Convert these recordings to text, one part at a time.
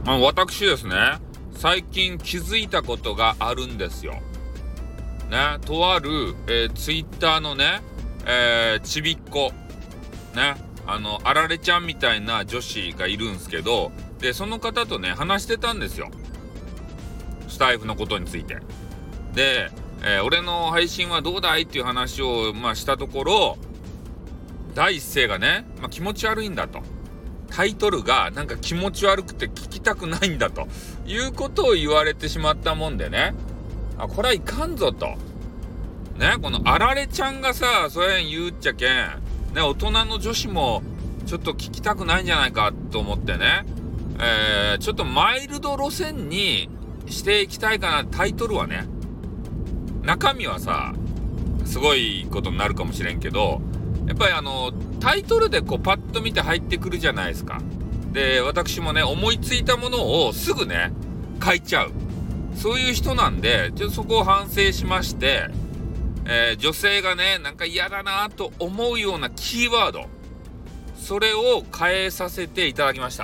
私ですね、最近気づいたことがあるんですよ。ね、とある、ツイッターのね、ちびっこ、ね、あられちゃんみたいな女子がいるんですけど、で、その方とね、話してたんですよ。スタイフのことについて。で、俺の配信はどうだいっていう話を、したところ、第一声がね、気持ち悪いんだと。タイトルがなんか気持ち悪くて聞きたくないんだということを言われてしまったもんでね、これはいかんぞと。ね、このあられちゃんがさ、そうやん言うっちゃけん、ね、大人の女子もちょっと聞きたくないんじゃないかと思ってね、ちょっとマイルド路線にしていきたいかな。タイトルはね、中身はさ、すごいことになるかもしれんけど、やっぱりタイトルでこうパッと見て入ってくるじゃないですか。で、私もね、思いついたものをすぐね、書いちゃう。そういう人なんで、ちょっとそこを反省しまして、女性がね、なんか嫌だなと思うようなキーワード、それを変えさせていただきました。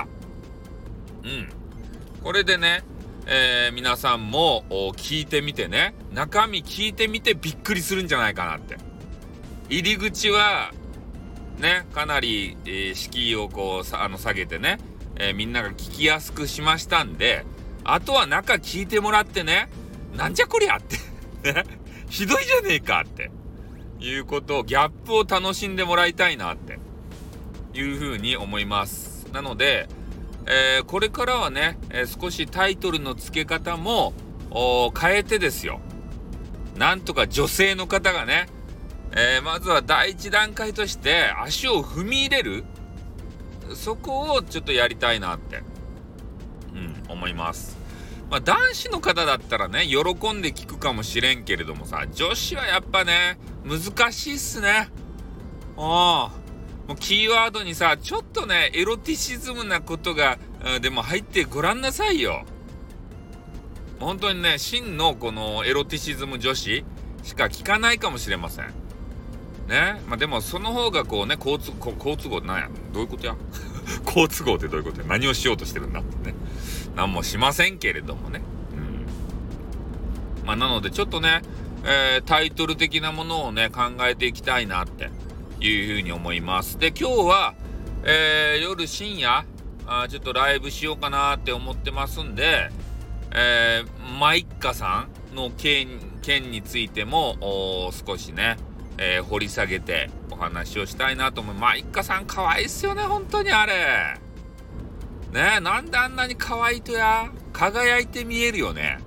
これでね、皆さんも聞いてみてね、中身聞いてみてびっくりするんじゃないかなって。入り口はね、かなり、敷居をこう下げてね、みんなが聞きやすくしましたんで、あとは中聞いてもらってね、なんじゃこりゃってね、ひどいじゃねえかっていうことを、ギャップを楽しんでもらいたいなっていうふうに思います。なので、これからはね、少しタイトルの付け方も変えてですよ、なんとか女性の方がね、まずは第一段階として足を踏み入れる、そこをちょっとやりたいなって、思います。男子の方だったらね、喜んで聞くかもしれんけれどもさ、女子はやっぱね、難しいっすね。もうキーワードにさ、ちょっとね、エロティシズムなことがでも入ってごらんなさいよ。本当にね、真のこのエロティシズム女子しか聞かないかもしれませんね。でもその方がこうね、好都合なんや、どういうことや好都合ってどういうことや、何をしようとしてるんだってね、何もしませんけれどもね。なのでちょっとね、タイトル的なものをね、考えていきたいなっていうふうに思います。で、今日は、夜深夜ちょっとライブしようかなって思ってますんで、マイッカさんの件についても少しね、掘り下げてお話をしたいなと思う。マイッカさん可愛いっすよね、本当にあれね。なんであんなに可愛いとや輝いて見えるよね。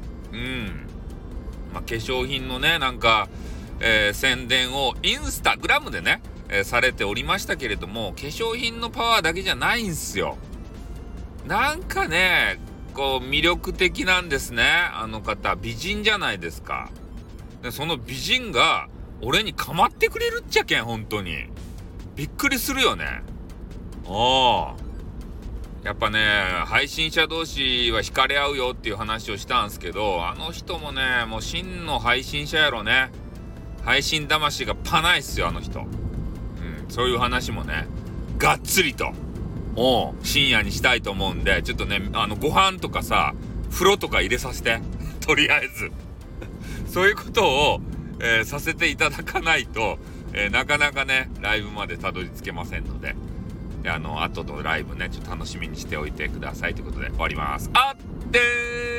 化粧品のね、なんか、宣伝をインスタグラムでね、されておりましたけれども、化粧品のパワーだけじゃないんすよ。なんかね、こう魅力的なんですね。あの方美人じゃないですか。で、その美人が俺に構ってくれるっちゃけん、本当にびっくりするよね。やっぱね、配信者同士は惹かれ合うよっていう話をしたんすけど、あの人もね、もう真の配信者やろね。配信魂がパないっすよ、あの人。そういう話もね、がっつりと深夜にしたいと思うんで、ちょっとね、ご飯とかさ、風呂とか入れさせてとりあえずそういうことを、させていただかないと、なかなかね、ライブまでたどり着けませんので、後のライブね、ちょっと楽しみにしておいてくださいということで終わります。あってー。